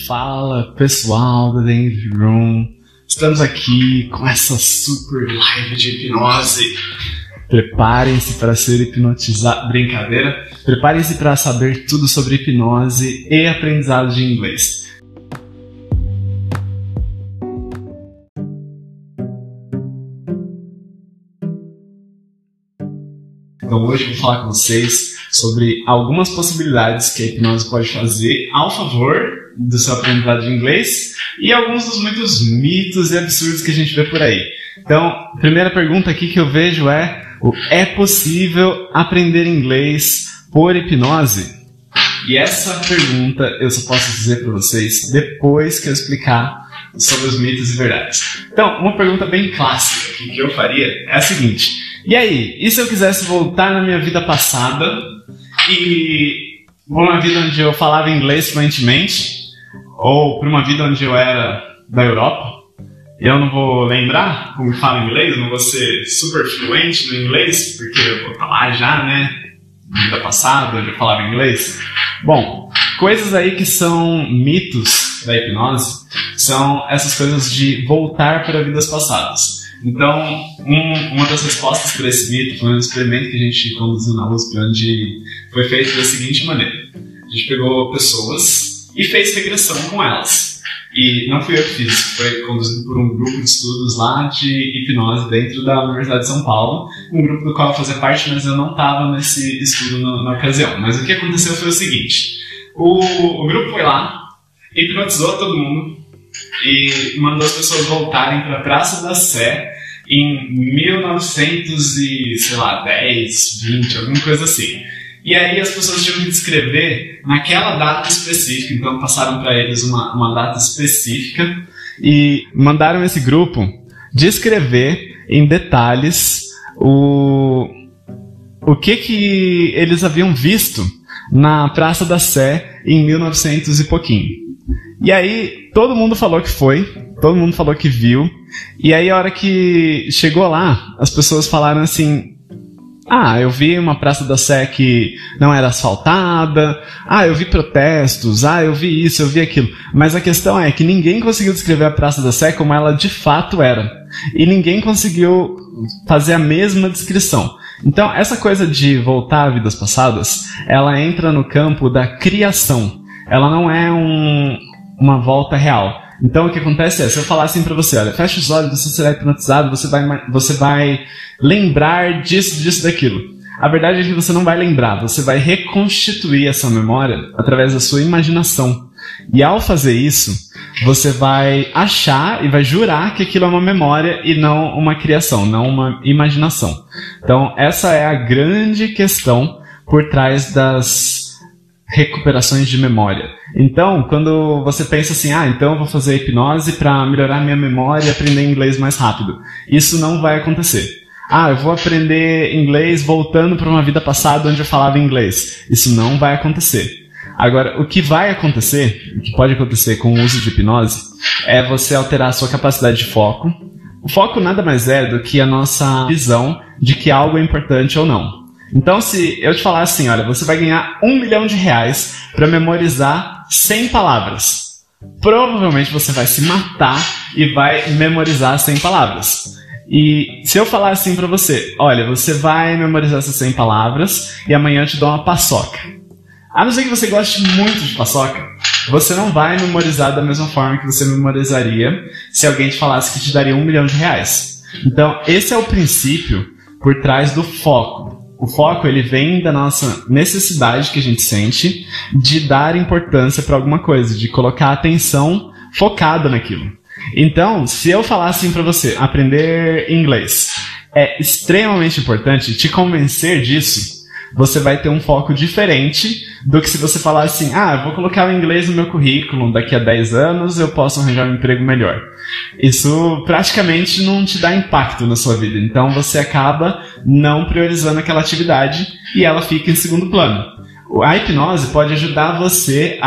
Fala pessoal da Danger Room, estamos aqui com essa super live de hipnose. Preparem-se para ser hipnotizados. Brincadeira. Preparem-se para saber tudo sobre hipnose e aprendizado de inglês. Então hoje eu vou falar com vocês sobre algumas possibilidades que a hipnose pode fazer ao favor do seu aprendizado de inglês e alguns dos muitos mitos e absurdos que a gente vê por aí. Então, a primeira pergunta aqui que eu vejo é possível aprender inglês por hipnose? E essa pergunta eu só posso dizer para vocês depois que eu explicar sobre os mitos e verdades. Então, uma pergunta bem clássica aqui que eu faria é a seguinte: e aí, e se eu quisesse voltar na minha vida passada e para uma vida onde eu falava inglês fluentemente, ou para uma vida onde eu era da Europa, e eu não vou lembrar como fala inglês, não vou ser super fluente no inglês, porque eu vou estar lá já, né, na vida passada, onde eu falava inglês? Bom, coisas aí que são mitos da hipnose são essas coisas de voltar para vidas passadas. Então, uma das respostas para esse mito foi um experimento que a gente conduziu na USP, onde foi feito da seguinte maneira: a gente pegou pessoas e fez regressão com elas. E não fui eu que fiz, foi conduzido por um grupo de estudos lá de hipnose dentro da Universidade de São Paulo, um grupo do qual eu fazia parte, mas eu não estava nesse estudo na ocasião. Mas o que aconteceu foi o seguinte: o grupo foi lá, hipnotizou todo mundo e mandou as pessoas voltarem para a Praça da Sé em 1910, 20, alguma coisa assim. E aí as pessoas tinham que descrever naquela data específica, então passaram para eles uma data específica e mandaram esse grupo descrever em detalhes o que eles haviam visto na Praça da Sé em 1900 e pouquinho. E aí todo mundo falou que foi, todo mundo falou que viu, e aí a hora que chegou lá, as pessoas falaram assim: eu vi uma Praça da Sé que não era asfaltada, eu vi protestos, eu vi isso, eu vi aquilo. Mas a questão é que ninguém conseguiu descrever a Praça da Sé como ela de fato era. E ninguém conseguiu fazer a mesma descrição. Então, essa coisa de voltar a vidas passadas, ela entra no campo da criação. Ela não é uma volta real. Então o que acontece é, se eu falar assim pra você: olha, fecha os olhos, você será hipnotizado, você vai lembrar disso, daquilo. A verdade é que você não vai lembrar, você vai reconstituir essa memória através da sua imaginação. E ao fazer isso, você vai achar e vai jurar que aquilo é uma memória e não uma criação, não uma imaginação. Então essa é a grande questão por trás das recuperações de memória. Então, quando você pensa assim: então eu vou fazer hipnose para melhorar minha memória e aprender inglês mais rápido, isso não vai acontecer. Eu vou aprender inglês voltando para uma vida passada onde eu falava inglês, isso não vai acontecer. Agora, o que vai acontecer, o que pode acontecer com o uso de hipnose, é você alterar a sua capacidade de foco. O foco nada mais é do que a nossa visão de que algo é importante ou não. Então, se eu te falar assim: olha, você vai ganhar R$1 milhão para memorizar 100 palavras. Provavelmente você vai se matar e vai memorizar 100 palavras. E se eu falar assim pra você: olha, você vai memorizar essas 100 palavras e amanhã eu te dou uma paçoca. A não ser que você goste muito de paçoca, você não vai memorizar da mesma forma que você memorizaria se alguém te falasse que te daria R$1 milhão. Então, esse é o princípio por trás do foco. O foco, ele vem da nossa necessidade que a gente sente de dar importância para alguma coisa, de colocar a atenção focada naquilo. Então, se eu falar assim para você: aprender inglês é extremamente importante, te convencer disso, você vai ter um foco diferente do que se você falar assim: eu vou colocar o inglês no meu currículo, daqui a 10 anos eu posso arranjar um emprego melhor. Isso praticamente não te dá impacto na sua vida, então você acaba não priorizando aquela atividade e ela fica em segundo plano. A hipnose pode ajudar você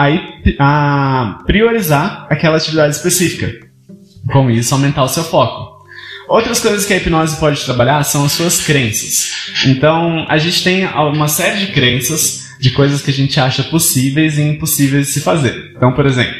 a priorizar aquela atividade específica. Com isso, aumentar o seu foco. Outras coisas que a hipnose pode trabalhar são as suas crenças. Então, a gente tem uma série de crenças de coisas que a gente acha possíveis e impossíveis de se fazer. Então, por exemplo,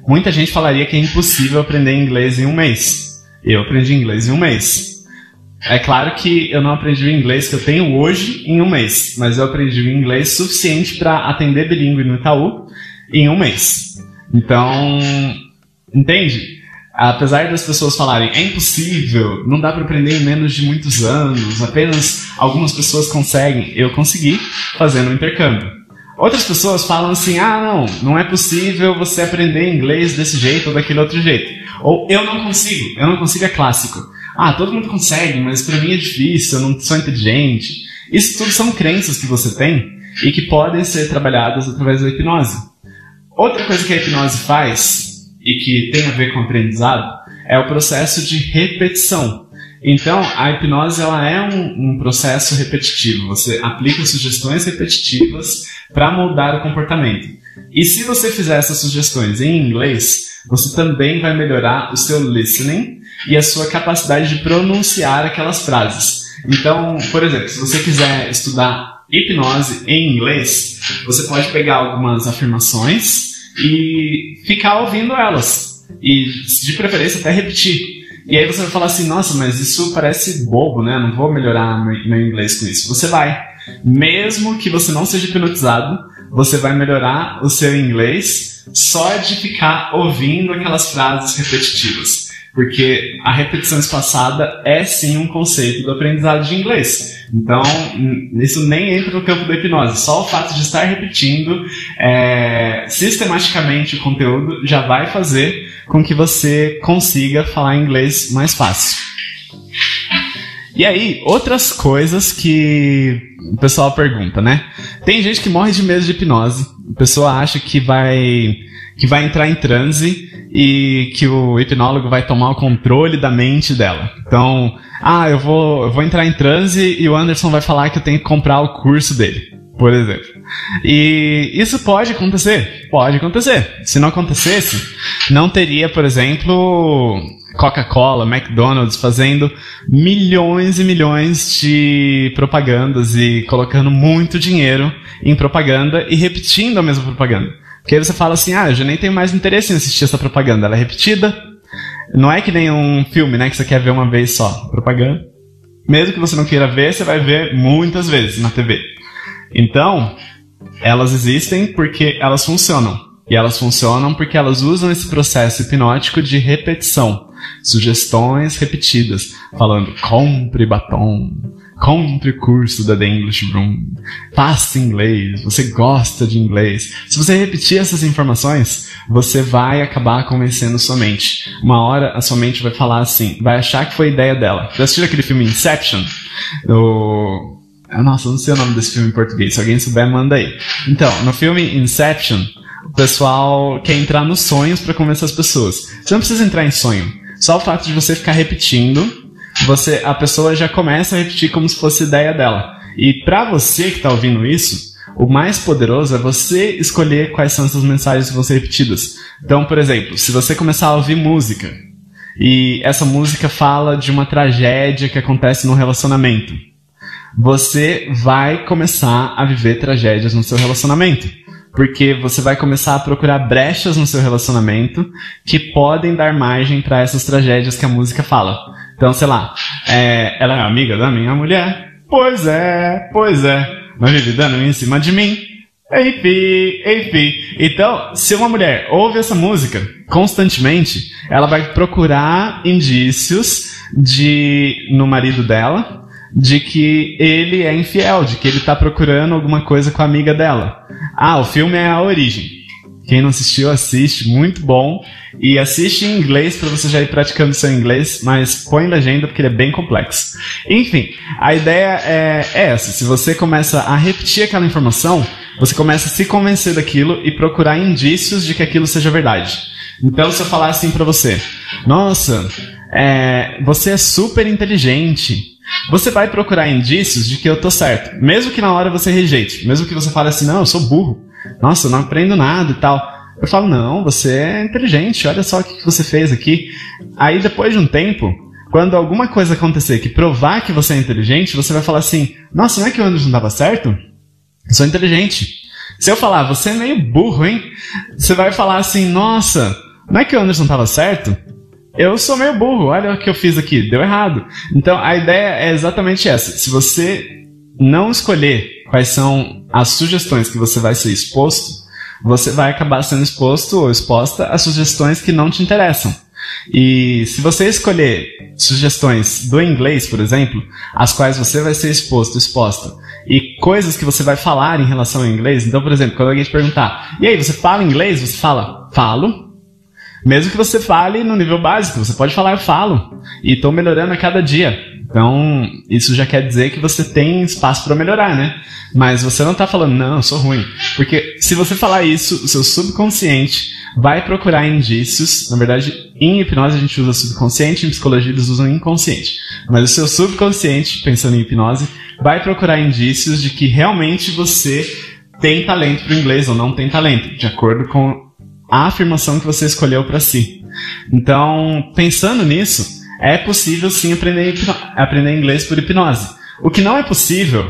muita gente falaria que é impossível aprender inglês em um mês. Eu aprendi inglês em um mês. É claro que eu não aprendi o inglês que eu tenho hoje em um mês, mas eu aprendi o inglês suficiente para atender bilíngue no Itaú em um mês. Então, entende? Apesar das pessoas falarem, é impossível, não dá para aprender em menos de muitos anos, apenas algumas pessoas conseguem, eu consegui fazendo um intercâmbio. Outras pessoas falam assim, não é possível você aprender inglês desse jeito ou daquele outro jeito. Ou eu não consigo é clássico. Todo mundo consegue, mas para mim é difícil, eu não sou inteligente. Isso tudo são crenças que você tem e que podem ser trabalhadas através da hipnose. Outra coisa que a hipnose faz e que tem a ver com aprendizado, é o processo de repetição. Então, a hipnose ela é um processo repetitivo. Você aplica sugestões repetitivas para moldar o comportamento. E se você fizer essas sugestões em inglês, você também vai melhorar o seu listening e a sua capacidade de pronunciar aquelas frases. Então, por exemplo, se você quiser estudar hipnose em inglês, você pode pegar algumas afirmações e ficar ouvindo elas. E, de preferência, até repetir. E aí você vai falar assim, nossa, mas isso parece bobo, né? Não vou melhorar meu inglês com isso. Você vai. Mesmo que você não seja hipnotizado, você vai melhorar o seu inglês só de ficar ouvindo aquelas frases repetitivas. Porque a repetição espaçada é sim um conceito do aprendizado de inglês. Então, isso nem entra no campo da hipnose. Só o fato de estar repetindo sistematicamente o conteúdo já vai fazer com que você consiga falar inglês mais fácil. E aí, outras coisas que o pessoal pergunta, né? Tem gente que morre de medo de hipnose. A pessoa acha que vai entrar em transe e que o hipnólogo vai tomar o controle da mente dela. Então, eu vou entrar em transe e o Anderson vai falar que eu tenho que comprar o curso dele, por exemplo. E isso pode acontecer? Pode acontecer. Se não acontecesse, não teria, por exemplo, Coca-Cola, McDonald's fazendo milhões e milhões de propagandas e colocando muito dinheiro em propaganda e repetindo a mesma propaganda. Porque aí você fala assim, eu já nem tenho mais interesse em assistir essa propaganda, ela é repetida. Não é que nem um filme, né, que você quer ver uma vez só. Propaganda. Mesmo que você não queira ver, você vai ver muitas vezes na TV. Então, elas existem porque elas funcionam. E elas funcionam porque elas usam esse processo hipnótico de repetição. Sugestões repetidas. Falando, compre batom. Compre o curso da The English Room. Faça inglês. Você gosta de inglês. Se você repetir essas informações, você vai acabar convencendo sua mente. Uma hora a sua mente vai falar assim, vai achar que foi ideia dela. Já assistiu aquele filme Inception? Nossa, eu não sei o nome desse filme em português. Se alguém souber, manda aí. Então, no filme Inception, o pessoal quer entrar nos sonhos para convencer as pessoas. Você não precisa entrar em sonho. Só o fato de você ficar repetindo, a pessoa já começa a repetir como se fosse ideia dela. E para você que está ouvindo isso, o mais poderoso é você escolher quais são essas mensagens que vão ser repetidas. Então, por exemplo, se você começar a ouvir música, e essa música fala de uma tragédia que acontece no relacionamento, você vai começar a viver tragédias no seu relacionamento. Porque você vai começar a procurar brechas no seu relacionamento que podem dar margem para essas tragédias que a música fala. Então, sei lá, ela é amiga da minha mulher? Pois é. Mas vive dando em cima de mim? Enfim. Então, se uma mulher ouve essa música constantemente, ela vai procurar indícios no marido dela de que ele é infiel, de que ele está procurando alguma coisa com a amiga dela. O filme é A Origem. Quem não assistiu, assiste, muito bom. E assiste em inglês para você já ir praticando seu inglês, mas põe legenda porque ele é bem complexo. Enfim, a ideia é essa. Se você começa a repetir aquela informação, você começa a se convencer daquilo e procurar indícios de que aquilo seja verdade. Então, se eu falar assim para você, nossa, você é super inteligente, você vai procurar indícios de que eu tô certo. Mesmo que na hora você rejeite. Mesmo que você fale assim, não, eu sou burro. Nossa, eu não aprendo nada e tal. Eu falo, não, você é inteligente. Olha só o que você fez aqui. Aí depois de um tempo, quando alguma coisa acontecer que provar que você é inteligente, você vai falar assim, nossa, não é que o Anderson dava certo? Eu sou inteligente. Se eu falar, você é meio burro, hein? Você vai falar assim, nossa, não é que o Anderson tava certo? Eu sou meio burro, olha o que eu fiz aqui, deu errado. Então a ideia é exatamente essa. Se você não escolher quais são as sugestões que você vai ser exposto, você vai acabar sendo exposto ou exposta a sugestões que não te interessam. E se você escolher sugestões do inglês, por exemplo, às quais você vai ser exposto, exposta, e coisas que você vai falar em relação ao inglês, então, por exemplo, quando alguém te perguntar, e aí, você fala inglês? Você fala, falo. Mesmo que você fale no nível básico, você pode falar, eu falo. E estou melhorando a cada dia. Então, isso já quer dizer que você tem espaço para melhorar, né? Mas você não está falando, não, eu sou ruim. Porque se você falar isso, o seu subconsciente vai procurar indícios. Na verdade, em hipnose a gente usa subconsciente, em psicologia eles usam inconsciente. Mas o seu subconsciente, pensando em hipnose, vai procurar indícios de que realmente você tem talento para o inglês ou não tem talento, de acordo com a afirmação que você escolheu para si. Então, pensando nisso, é possível sim aprender inglês por hipnose. O que não é possível,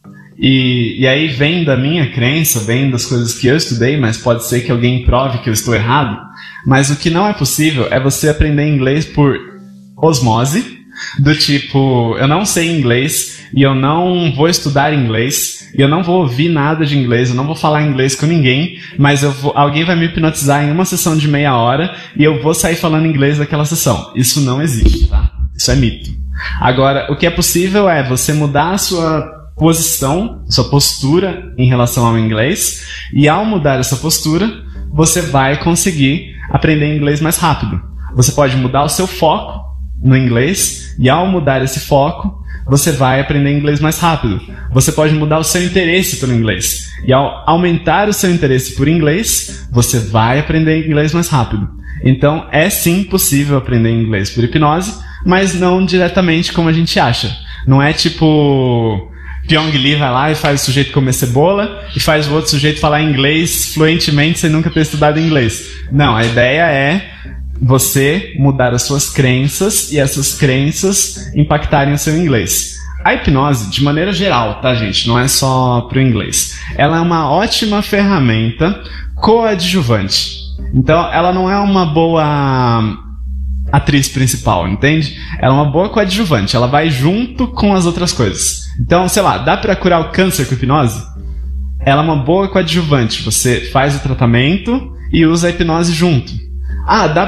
e aí vem da minha crença, vem das coisas que eu estudei, mas pode ser que alguém prove que eu estou errado, mas o que não é possível é você aprender inglês por osmose, do tipo, eu não sei inglês e eu não vou estudar inglês e eu não vou ouvir nada de inglês, eu não vou falar inglês com ninguém, mas alguém vai me hipnotizar em uma sessão de meia hora e eu vou sair falando inglês daquela sessão. Isso não existe, tá? Isso é mito. Agora, o que é possível é você mudar a sua posição, sua postura em relação ao inglês, e ao mudar essa postura, você vai conseguir aprender inglês mais rápido. Você pode mudar o seu foco no inglês, e ao mudar esse foco, você vai aprender inglês mais rápido. Você pode mudar o seu interesse pelo inglês, e ao aumentar o seu interesse por inglês, você vai aprender inglês mais rápido. Então, é sim possível aprender inglês por hipnose, mas não diretamente como a gente acha. Não é tipo Pyong Lee vai lá e faz o sujeito comer cebola e faz o outro sujeito falar inglês fluentemente sem nunca ter estudado inglês. Não, a ideia é você mudar as suas crenças e essas crenças impactarem o seu inglês. A hipnose, de maneira geral, tá, gente? Não é só pro inglês. Ela é uma ótima ferramenta coadjuvante. Então, ela não é uma boa atriz principal, entende? Ela é uma boa coadjuvante. Ela vai junto com as outras coisas. Então, sei lá, dá pra curar o câncer com hipnose? Ela é uma boa coadjuvante. Você faz o tratamento e usa a hipnose junto. Ah, dá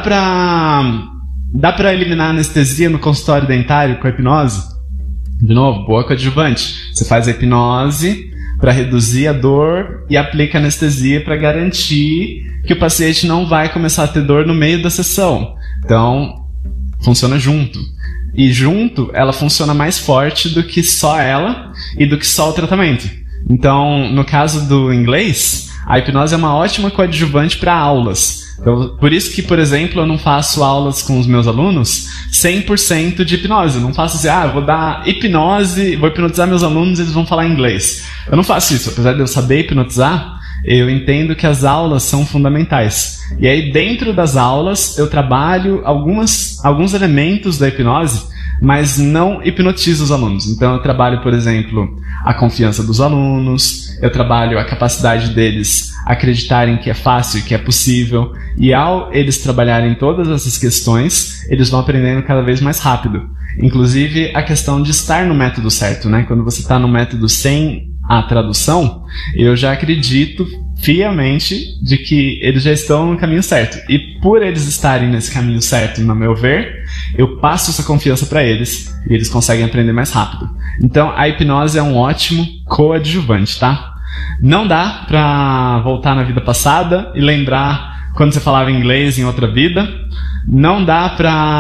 pra eliminar a anestesia no consultório dentário com a hipnose? De novo, boa coadjuvante. Você faz a hipnose para reduzir a dor e aplica anestesia para garantir que o paciente não vai começar a ter dor no meio da sessão. Então, funciona junto. E junto, ela funciona mais forte do que só ela e do que só o tratamento. Então, no caso do inglês, a hipnose é uma ótima coadjuvante para aulas. Então, por isso que, por exemplo, eu não faço aulas com os meus alunos 100% de hipnose. Eu não faço assim, eu vou dar hipnose, vou hipnotizar meus alunos e eles vão falar inglês. Eu não faço isso. Apesar de eu saber hipnotizar, eu entendo que as aulas são fundamentais. E aí, dentro das aulas, eu trabalho alguns elementos da hipnose, mas não hipnotizo os alunos. Então, eu trabalho, por exemplo, a confiança dos alunos, eu trabalho a capacidade deles acreditarem que é fácil e que é possível. E ao eles trabalharem todas essas questões, eles vão aprendendo cada vez mais rápido. Inclusive, a questão de estar no método certo, né? Quando você está no método sem a tradução, eu já acredito fielmente de que eles já estão no caminho certo. E por eles estarem nesse caminho certo, no meu ver, eu passo essa confiança para eles e eles conseguem aprender mais rápido. Então, a hipnose é um ótimo coadjuvante, tá? Não dá pra voltar na vida passada e lembrar quando você falava inglês em outra vida. Não dá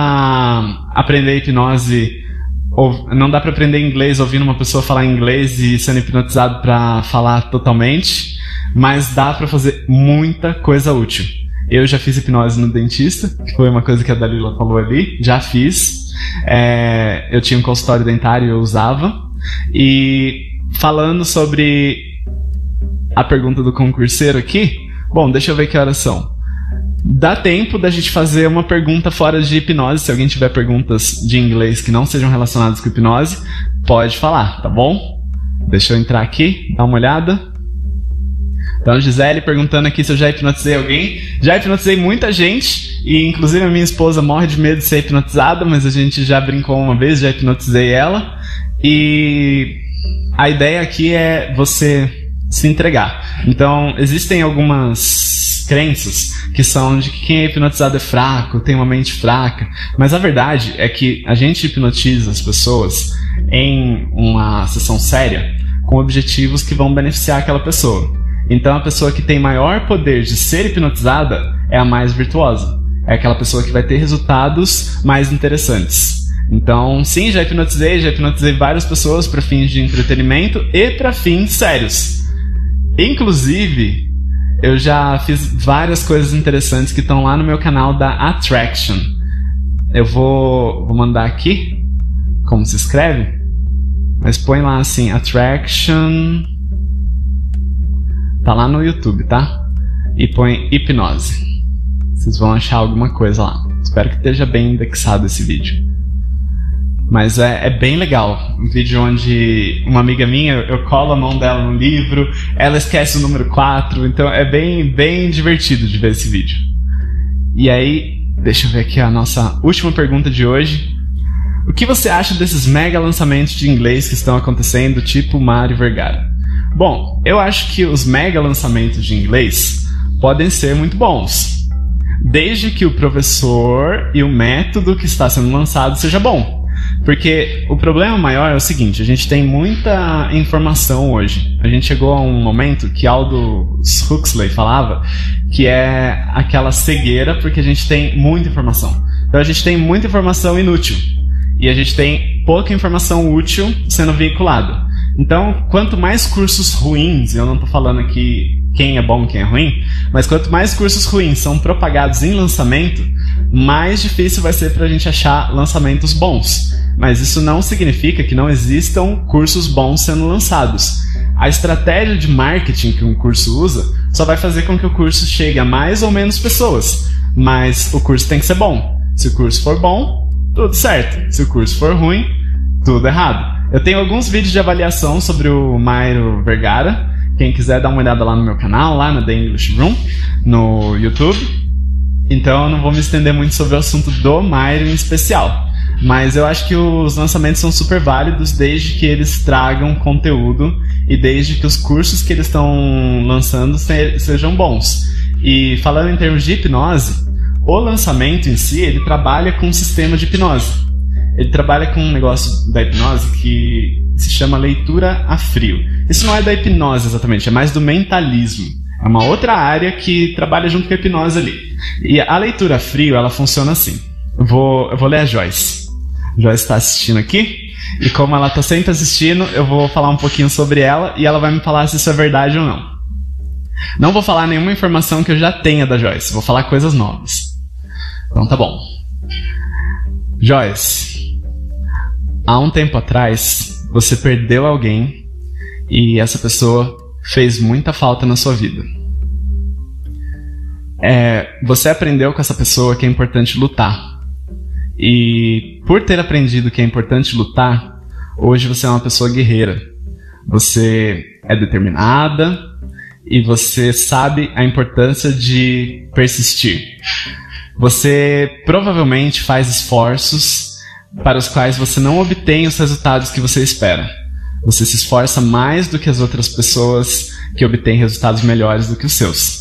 pra aprender hipnose, não dá pra aprender inglês ouvindo uma pessoa falar inglês e sendo hipnotizado pra falar totalmente, mas dá pra fazer muita coisa útil. Eu já fiz hipnose no dentista, que foi uma coisa que a Dalila falou ali, já fiz. Eu tinha um consultório dentário e eu usava. E falando sobre a pergunta do concurseiro aqui, bom, deixa eu ver que horas são. Dá tempo da gente fazer uma pergunta fora de hipnose. Se alguém tiver perguntas de inglês que não sejam relacionadas com hipnose, pode falar, tá bom? Deixa eu entrar aqui, dar uma olhada. Então, Gisele perguntando aqui se eu já hipnotizei alguém. Já hipnotizei muita gente, e inclusive a minha esposa morre de medo de ser hipnotizada, mas a gente já brincou uma vez, já hipnotizei ela. E a ideia aqui é você se entregar. Então, existem algumas crenças que são de que quem é hipnotizado é fraco, tem uma mente fraca, mas a verdade é que a gente hipnotiza as pessoas em uma sessão séria com objetivos que vão beneficiar aquela pessoa. Então a pessoa que tem maior poder de ser hipnotizada é a mais virtuosa, é aquela pessoa que vai ter resultados mais interessantes. Então sim, já hipnotizei várias pessoas para fins de entretenimento e para fins sérios. Inclusive, eu já fiz várias coisas interessantes que estão lá no meu canal da Attraction. Eu vou mandar aqui como se escreve, mas põe lá assim, Attraction. Tá lá no YouTube, tá? E põe hipnose. Vocês vão achar alguma coisa lá. Espero que esteja bem indexado esse vídeo. Mas é bem legal. Um vídeo onde uma amiga minha, eu colo a mão dela no livro, ela esquece o número 4, então é bem divertido de ver esse vídeo. E aí, deixa eu ver aqui a nossa última pergunta de hoje. O que você acha desses mega lançamentos de inglês que estão acontecendo, tipo Mário Vergara? Bom, eu acho que os mega lançamentos de inglês podem ser muito bons, desde que o professor e o método que está sendo lançado seja bom. Porque o problema maior é o seguinte, a gente tem muita informação hoje. A gente chegou a um momento que Aldous Huxley falava que é aquela cegueira porque a gente tem muita informação. Então a gente tem muita informação inútil e a gente tem pouca informação útil sendo veiculada. Então, quanto mais cursos ruins, eu não estou falando aqui quem é bom e quem é ruim, mas quanto mais cursos ruins são propagados em lançamento, mais difícil vai ser para a gente achar lançamentos bons. Mas isso não significa que não existam cursos bons sendo lançados. A estratégia de marketing que um curso usa só vai fazer com que o curso chegue a mais ou menos pessoas. Mas o curso tem que ser bom. Se o curso for bom, tudo certo. Se o curso for ruim, tudo errado. Eu tenho alguns vídeos de avaliação sobre o Mário Vergara. Quem quiser dar uma olhada lá no meu canal, lá na The English Room, no YouTube. Então eu não vou me estender muito sobre o assunto do Mário em especial. Mas eu acho que os lançamentos são super válidos desde que eles tragam conteúdo e desde que os cursos que eles estão lançando sejam bons. E falando em termos de hipnose, o lançamento em si, ele trabalha com um sistema de hipnose. Ele trabalha com um negócio da hipnose que se chama leitura a frio. Isso não é da hipnose exatamente, é mais do mentalismo. É uma outra área que trabalha junto com a hipnose ali. E a leitura a frio, ela funciona assim. Eu vou ler a Joyce. Joyce está assistindo aqui, e como ela está sempre assistindo, eu vou falar um pouquinho sobre ela, e ela vai me falar se isso é verdade ou não. Não vou falar nenhuma informação que eu já tenha da Joyce, vou falar coisas novas. Então tá bom. Joyce, há um tempo atrás, você perdeu alguém, e essa pessoa fez muita falta na sua vida. Você aprendeu com essa pessoa que é importante lutar. E por ter aprendido que é importante lutar, hoje você é uma pessoa guerreira. Você é determinada e você sabe a importância de persistir. Você provavelmente faz esforços para os quais você não obtém os resultados que você espera. Você se esforça mais do que as outras pessoas que obtêm resultados melhores do que os seus.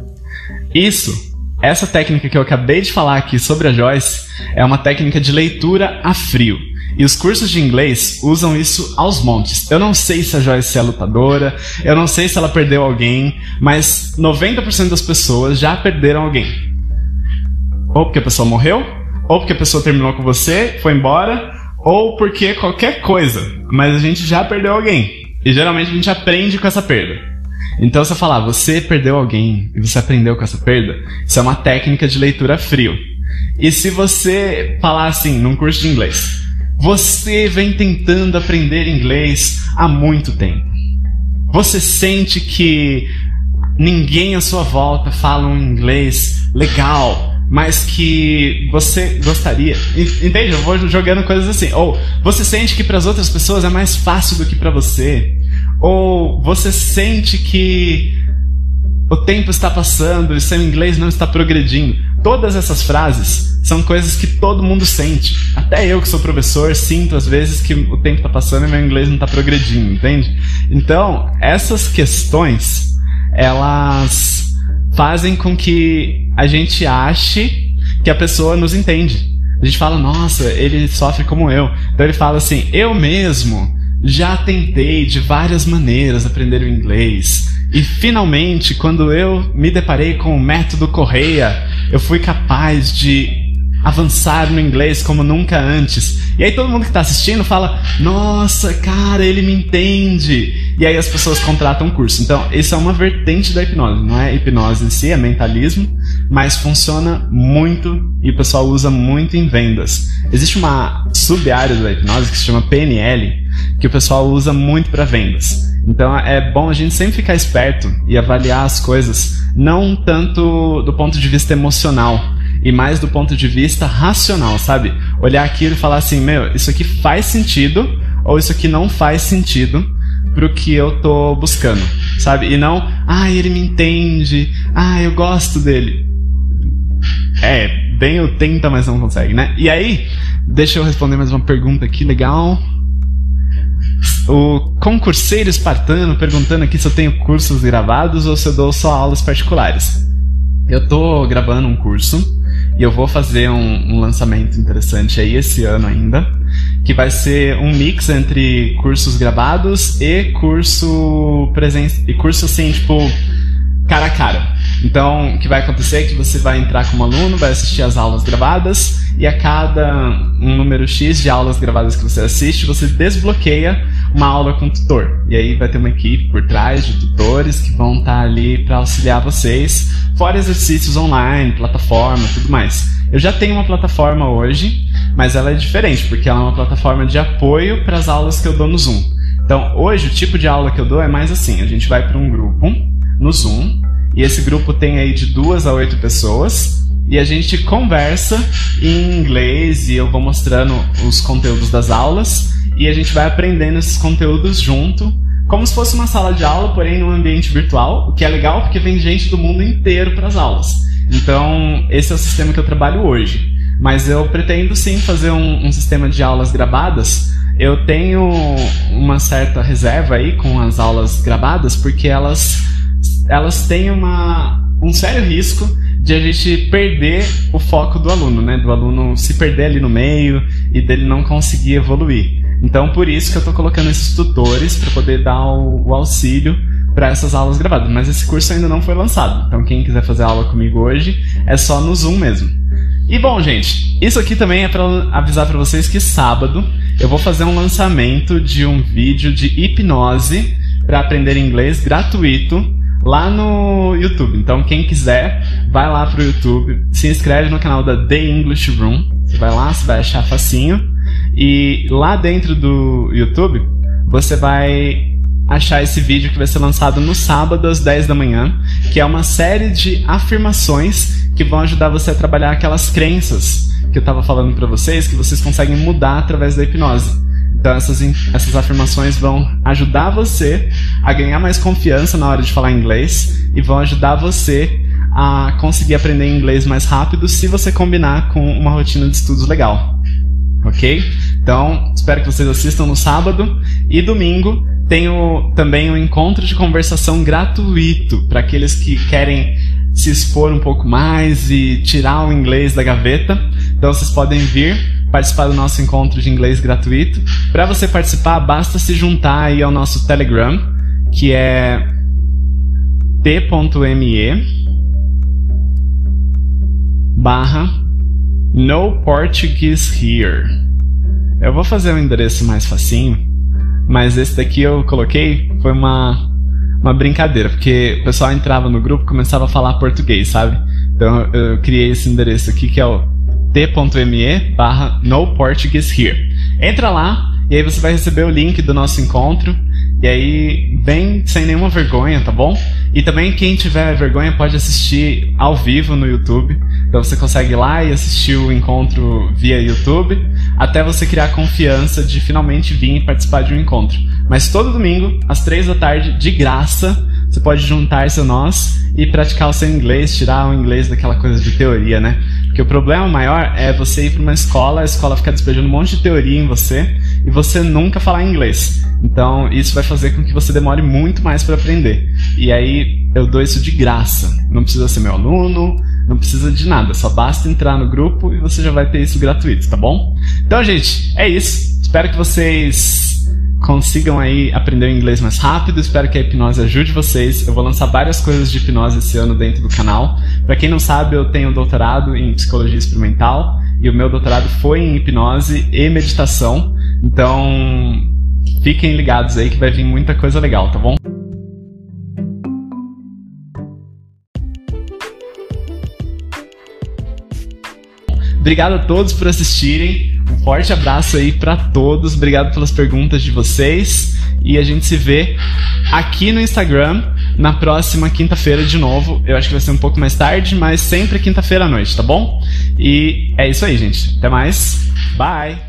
Essa técnica que eu acabei de falar aqui sobre a Joyce é uma técnica de leitura a frio. E os cursos de inglês usam isso aos montes. Eu não sei se a Joyce é lutadora, eu não sei se ela perdeu alguém, mas 90% das pessoas já perderam alguém. Ou porque a pessoa morreu, ou porque a pessoa terminou com você, foi embora, ou porque qualquer coisa. Mas a gente já perdeu alguém. E geralmente a gente aprende com essa perda. Então, se eu falar, você perdeu alguém e você aprendeu com essa perda, isso é uma técnica de leitura frio. E se você falar assim, num curso de inglês, você vem tentando aprender inglês há muito tempo. Você sente que ninguém à sua volta fala um inglês legal, mas que você gostaria. Entende? Eu vou jogando coisas assim. Ou você sente que para as outras pessoas é mais fácil do que para você. Ou você sente que o tempo está passando e seu inglês não está progredindo. Todas essas frases são coisas que todo mundo sente. Até eu que sou professor sinto às vezes que o tempo está passando e meu inglês não está progredindo, entende? Então, essas questões, elas fazem com que a gente ache que a pessoa nos entende. A gente fala, nossa, ele sofre como eu. Então ele fala assim, eu mesmo já tentei de várias maneiras aprender o inglês. E finalmente, quando eu me deparei com o método Correia, eu fui capaz de avançar no inglês como nunca antes. E aí todo mundo que está assistindo fala, nossa, cara, ele me entende. E aí as pessoas contratam um curso. Então, isso é uma vertente da hipnose. Não é hipnose em si, é mentalismo, mas funciona muito e o pessoal usa muito em vendas. Existe uma sub-área da hipnose que se chama PNL, que o pessoal usa muito para vendas. Então é bom a gente sempre ficar esperto e avaliar as coisas, não tanto do ponto de vista emocional, e mais do ponto de vista racional, sabe? Olhar aquilo e falar assim, meu, isso aqui faz sentido ou isso aqui não faz sentido pro que eu tô buscando, sabe? E não, ele me entende, eu gosto dele. Bem o tenta, mas não consegue, né? E aí, deixa eu responder mais uma pergunta aqui, legal. O concurseiro espartano perguntando aqui se eu tenho cursos gravados ou se eu dou só aulas particulares. Eu tô gravando um curso e eu vou fazer um lançamento interessante aí esse ano ainda, que vai ser um mix entre cursos gravados e curso assim, tipo, cara a cara. Então, o que vai acontecer é que você vai entrar como aluno, vai assistir as aulas gravadas e a cada um número X de aulas gravadas que você assiste, você desbloqueia uma aula com tutor. E aí vai ter uma equipe por trás de tutores que vão estar ali para auxiliar vocês, fora exercícios online, plataforma, tudo mais. Eu já tenho uma plataforma hoje, mas ela é diferente, porque ela é uma plataforma de apoio para as aulas que eu dou no Zoom. Então, hoje o tipo de aula que eu dou é mais assim, a gente vai para um grupo no Zoom, e esse grupo tem aí de 2 a 8 pessoas, e a gente conversa em inglês, e eu vou mostrando os conteúdos das aulas, e a gente vai aprendendo esses conteúdos junto, como se fosse uma sala de aula, porém num ambiente virtual, o que é legal porque vem gente do mundo inteiro para as aulas. Então, esse é o sistema que eu trabalho hoje. Mas eu pretendo sim fazer um sistema de aulas gravadas. Eu tenho uma certa reserva aí com as aulas gravadas, porque elas têm um sério risco de a gente perder o foco do aluno, né? Do aluno se perder ali no meio e dele não conseguir evoluir. Então, por isso que eu estou colocando esses tutores para poder dar o auxílio para essas aulas gravadas. Mas esse curso ainda não foi lançado. Então, quem quiser fazer aula comigo hoje, é só no Zoom mesmo. E bom, gente, isso aqui também é para avisar para vocês que sábado eu vou fazer um lançamento de um vídeo de hipnose para aprender inglês gratuito lá no YouTube. Então, quem quiser, vai lá pro YouTube, se inscreve no canal da The English Room. Você vai lá, você vai achar facinho. E lá dentro do YouTube, você vai achar esse vídeo que vai ser lançado no sábado às 10 da manhã, que é uma série de afirmações que vão ajudar você a trabalhar aquelas crenças que eu estava falando para vocês, que vocês conseguem mudar através da hipnose. Então essas afirmações vão ajudar você a ganhar mais confiança na hora de falar inglês e vão ajudar você a conseguir aprender inglês mais rápido se você combinar com uma rotina de estudos legal. Ok? Então, espero que vocês assistam no sábado. E domingo tenho também um encontro de conversação gratuito para aqueles que querem se expor um pouco mais e tirar o inglês da gaveta. Então vocês podem vir participar do nosso encontro de inglês gratuito. Para você participar, basta se juntar aí ao nosso Telegram, que é t.me/No Portuguese Here. Eu vou fazer um endereço mais facinho, mas esse daqui eu coloquei foi uma brincadeira, porque o pessoal entrava no grupo e começava a falar português, sabe? Então eu criei esse endereço aqui que é o t.me/No Portuguese Here. Entra lá e aí você vai receber o link do nosso encontro. E aí, vem sem nenhuma vergonha, tá bom? E também quem tiver vergonha pode assistir ao vivo no YouTube. Então você consegue ir lá e assistir o encontro via YouTube, até você criar confiança de finalmente vir e participar de um encontro. Mas todo domingo, às 3 da tarde, de graça, você pode juntar-se a nós e praticar o seu inglês, tirar o inglês daquela coisa de teoria, né? Porque o problema maior é você ir para uma escola, a escola ficar despejando um monte de teoria em você e você nunca falar inglês. Então isso vai fazer com que você demore muito mais para aprender. E aí eu dou isso de graça. Não precisa ser meu aluno, não precisa de nada. Só basta entrar no grupo e você já vai ter isso gratuito, tá bom? Então, gente, é isso. Espero que vocês consigam aí aprender o inglês mais rápido. Espero que a hipnose ajude vocês. Eu vou lançar várias coisas de hipnose esse ano dentro do canal. Para quem não sabe, eu tenho doutorado em psicologia experimental e o meu doutorado foi em hipnose e meditação. Então, fiquem ligados aí que vai vir muita coisa legal, tá bom? Obrigado a todos por assistirem. Um forte abraço aí pra todos. Obrigado pelas perguntas de vocês. E a gente se vê aqui no Instagram na próxima quinta-feira de novo. Eu acho que vai ser um pouco mais tarde, mas sempre quinta-feira à noite, tá bom? E é isso aí, gente. Até mais. Bye!